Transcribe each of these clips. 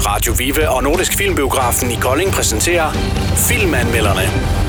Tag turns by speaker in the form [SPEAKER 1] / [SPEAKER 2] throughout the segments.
[SPEAKER 1] Radio Vive og Nordisk Filmbiografen i Kolding præsenterer Filmanmelderne.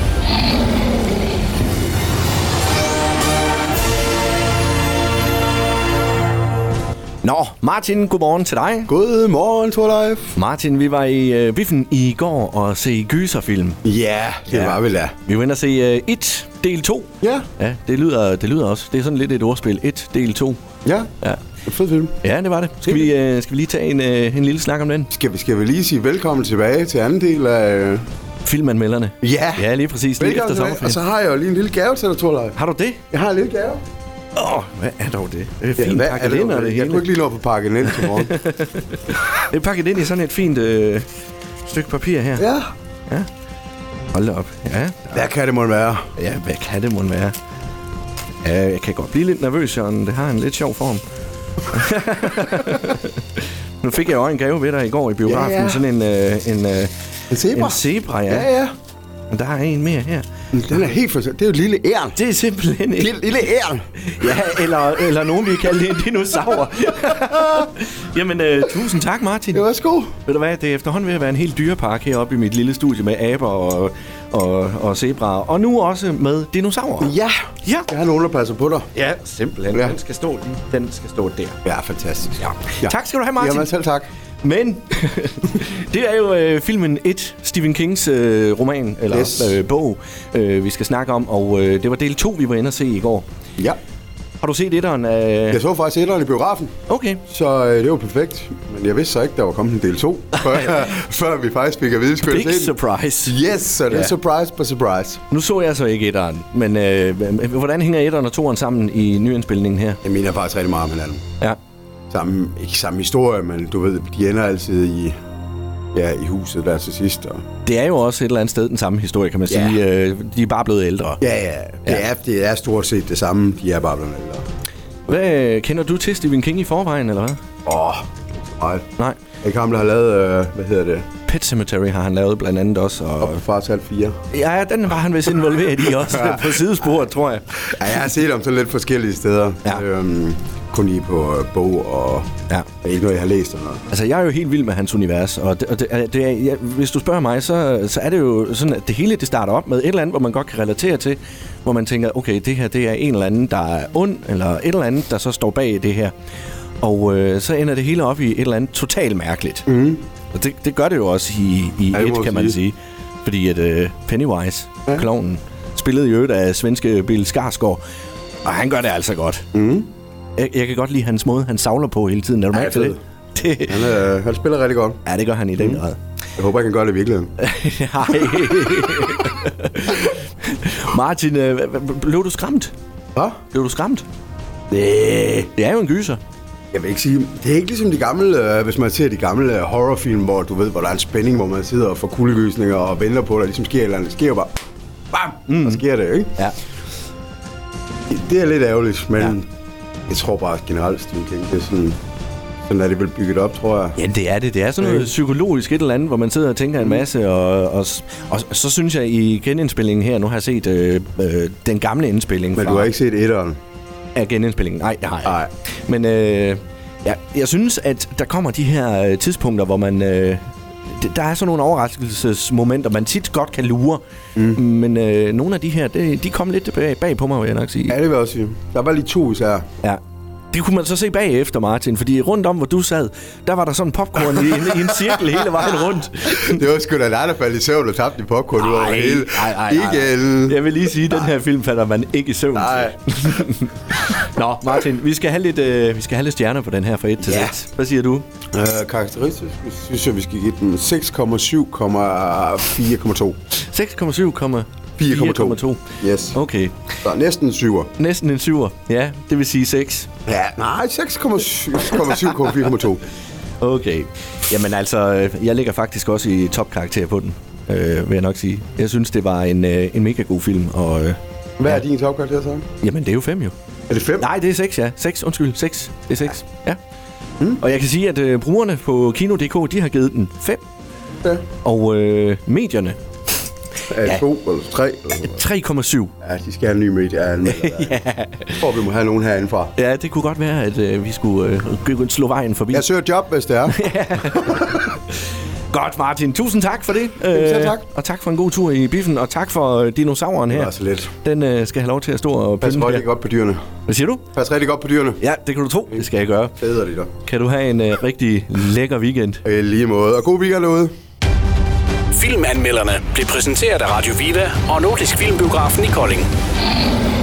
[SPEAKER 2] Nå, Martin, godmorgen til dig.
[SPEAKER 3] Godmorgen, Torleif.
[SPEAKER 2] Martin, vi var i biffen i går og se gyserfilm.
[SPEAKER 3] Ja, det var vi da.
[SPEAKER 2] Vi var inde og se 1, del 2.
[SPEAKER 3] Ja.
[SPEAKER 2] Ja, det lyder også. Det er sådan lidt et ordspil. 1, del 2.
[SPEAKER 3] Ja,
[SPEAKER 2] ja.
[SPEAKER 3] En fed film.
[SPEAKER 2] Ja, det var det. Skal vi lige tage en lille snak om den?
[SPEAKER 3] Skal vi lige sige velkommen tilbage til anden del af...
[SPEAKER 2] Filmanmelderne.
[SPEAKER 3] Ja.
[SPEAKER 2] Ja, lige præcis. Lige efter sommerferien.
[SPEAKER 3] Og så har jeg jo lige en lille gave til dig, Torleif.
[SPEAKER 2] Har du det?
[SPEAKER 3] Jeg har en lille gave.
[SPEAKER 2] Hvad er dog det? Det er fint pakket ind, og det hele.
[SPEAKER 3] Jeg kunne ikke lige nå på pakket ind til morgen.
[SPEAKER 2] Det er pakket ind i sådan et fint stykke papir her.
[SPEAKER 3] Ja.
[SPEAKER 2] Ja. Hold da op. Ja.
[SPEAKER 3] Hvad kan det måtte være?
[SPEAKER 2] Ja, hvad kan det måtte være? Ja, jeg kan godt blive lidt nervøs, Jørgen. Det har en lidt sjov form. Nu fik jeg jo en gave ved dig i går i biografen. Ja. Sådan en
[SPEAKER 3] zebra?
[SPEAKER 2] En zebra, ja.
[SPEAKER 3] Ja.
[SPEAKER 2] Men der er en mere her.
[SPEAKER 3] Den er helt for... Det er jo et lille æren.
[SPEAKER 2] Det er simpelthen
[SPEAKER 3] et lille æren.
[SPEAKER 2] Ja, eller nogen vi kalder det en dinosaur. Jamen, tusind tak, Martin.
[SPEAKER 3] Det var sgu.
[SPEAKER 2] Ved du hvad, det er efterhånden ved at være en helt dyrepark heroppe i mit lille studie med aber og zebraer. Og nu også med dinosaurer.
[SPEAKER 3] Ja. Jeg har nogen, der passer på dig.
[SPEAKER 2] Ja, simpelthen. Ja. Den skal stå der.
[SPEAKER 3] Ja, fantastisk.
[SPEAKER 2] Ja. Tak skal du have, Martin.
[SPEAKER 3] Jamen, selv tak.
[SPEAKER 2] Men det er jo filmen 1, Stephen Kings roman, eller bog, vi skal snakke om. Og det var del 2, vi var inde at se i går.
[SPEAKER 3] Ja.
[SPEAKER 2] Har du set etteren?
[SPEAKER 3] Jeg så faktisk etteren i biografen.
[SPEAKER 2] Okay.
[SPEAKER 3] Så det var perfekt. Men jeg vidste så ikke, der var kommet en del 2, før vi faktisk fik at vide, skulle
[SPEAKER 2] Big surprise.
[SPEAKER 3] Yes, så det er surprise på surprise.
[SPEAKER 2] Nu så jeg så ikke etteren, men hvordan hænger etteren og toeren sammen i nyindspilningen her?
[SPEAKER 3] Jeg mener faktisk rigtig meget om hinanden.
[SPEAKER 2] Ja.
[SPEAKER 3] Ikke samme historie, men du ved, de ender altid i huset der til sidst. Og...
[SPEAKER 2] Det er jo også et eller andet sted den samme historie, kan man sige. De er bare blevet ældre.
[SPEAKER 3] Ja. Det er stort set det samme. De er bare blevet ældre.
[SPEAKER 2] Hvad kender du til Stephen King i forvejen, eller hvad?
[SPEAKER 3] Nej.
[SPEAKER 2] Nej.
[SPEAKER 3] Ikke ham, der har lavet, hvad hedder det?
[SPEAKER 2] Pet Sematary har han lavet blandt andet også. Og
[SPEAKER 3] på Fars Halv 4.
[SPEAKER 2] Ja, den var han vist involveret i også på sidesporet, tror jeg.
[SPEAKER 3] Ja, jeg har set ham så lidt forskellige steder. Ja. Kun lige på bog og ikke noget, jeg har læst eller noget. Altså,
[SPEAKER 2] jeg er jo helt vild med hans univers, og hvis du spørger mig, så er det jo sådan, at det hele det starter op med et eller andet, hvor man godt kan relatere til, hvor man tænker, okay, det her det er en eller anden, der er ond, eller et eller andet, der så står bag det her. Og så ender det hele op i et eller andet totalt mærkeligt. Mm. Og det gør det jo også i et, kan man sige. Fordi at Pennywise, klovnen, spillede i øvrigt af svenske Bill Skarsgård, og han gør det altså godt. Mm. Jeg kan godt lide hans måde, han savler på hele tiden. Er du mærke til det?
[SPEAKER 3] Han spiller rigtig godt.
[SPEAKER 2] Ja, det gør han i den grad.
[SPEAKER 3] Jeg håber, jeg kan gøre det i virkeligheden.
[SPEAKER 2] Martin, blev du skræmt?
[SPEAKER 3] Hvad?
[SPEAKER 2] Blev du skræmt?
[SPEAKER 3] Nej.
[SPEAKER 2] Det er jo en gyser.
[SPEAKER 3] Jeg vil ikke sige, det er ikke ligesom de gamle, hvis man ser de gamle horrorfilm, hvor du ved, hvor der er en spænding, hvor man sidder og får kuldegysninger og venter på, at der ligesom sker et eller andet. Det sker jo bare, bam, og sker det, ikke?
[SPEAKER 2] Ja.
[SPEAKER 3] Det er lidt ærgerligt, men jeg tror bare generelt, Stephen King, det er sådan er det vel bygget op, tror jeg.
[SPEAKER 2] Ja, det er det. Det er sådan noget psykologisk et eller andet, hvor man sidder og tænker en masse, og så synes jeg i genindspillingen her, nu har jeg set den gamle indspilling.
[SPEAKER 3] Men du har ikke set etteren?
[SPEAKER 2] Af genindspillingen? Nej, det har jeg. Nej. Men jeg synes, at der kommer de her tidspunkter, hvor man... der er sådan nogle overraskelsesmomenter, man tit godt kan lure. Men nogle af de her, de kom lidt bag på mig, vil jeg nok sige.
[SPEAKER 3] Ja, det vil jeg også sige. Der var lige 2 især.
[SPEAKER 2] Ja. Det kunne man så se bagefter, Martin, fordi rundt om, hvor du sad, der var der sådan popcorn i en cirkel hele vejen rundt.
[SPEAKER 3] Det var sgu da en anden fald i søvn og tabte i popcorn over det hele.
[SPEAKER 2] Nej. Jeg vil lige sige, at den her film falder man ikke i søvn til. Nå, Martin, vi skal have lidt stjerner på den her fra 1 til 6. Hvad siger du?
[SPEAKER 3] Karakteristisk synes jeg, vi skal give den 6,7,4,2.
[SPEAKER 2] 4,2.
[SPEAKER 3] Yes.
[SPEAKER 2] Okay.
[SPEAKER 3] Så næsten en 7'er.
[SPEAKER 2] Næsten en 7'er. Ja, det vil sige 6.
[SPEAKER 3] Ja, nej, 6,7,4,2.
[SPEAKER 2] Okay. Jamen altså, jeg ligger faktisk også i topkarakter på den, vil jeg nok sige. Jeg synes, det var en mega god film. Og,
[SPEAKER 3] hvad er din topkarakter så?
[SPEAKER 2] Jamen, det er jo 5 jo.
[SPEAKER 3] Er det 5?
[SPEAKER 2] Nej, det er 6, ja. 6, undskyld. 6. Det er 6. Ja. Og jeg kan sige, at brugerne på Kino.dk, de har givet den 5. Ja. Og medierne...
[SPEAKER 3] 2 eller 3?
[SPEAKER 2] 3,7.
[SPEAKER 3] Ja, de skal have en ny medie. Ja. Jeg tror, vi må have nogen herindefra.
[SPEAKER 2] Ja, det kunne godt være, at vi skulle slå vejen forbi.
[SPEAKER 3] Jeg søger job, hvis det er.
[SPEAKER 2] Godt, Martin. Tusind tak for det.
[SPEAKER 3] Selv tak.
[SPEAKER 2] Og tak for en god tur i biffen, og tak for dinosauren her.
[SPEAKER 3] Det var så lidt.
[SPEAKER 2] Den skal have lov til at stå og
[SPEAKER 3] Pas
[SPEAKER 2] pynte
[SPEAKER 3] rigtig godt på dyrene.
[SPEAKER 2] Hvad siger du?
[SPEAKER 3] Pas rigtig godt på dyrene.
[SPEAKER 2] Ja, det kan du tro. Det skal jeg gøre.
[SPEAKER 3] Fæder de der.
[SPEAKER 2] Kan du have en rigtig lækker weekend.
[SPEAKER 3] Lige måde. Og god weekend derude.
[SPEAKER 1] Filmanmelderne blev præsenteret af Radio Viva og Nordisk Filmbiografen i Kolding.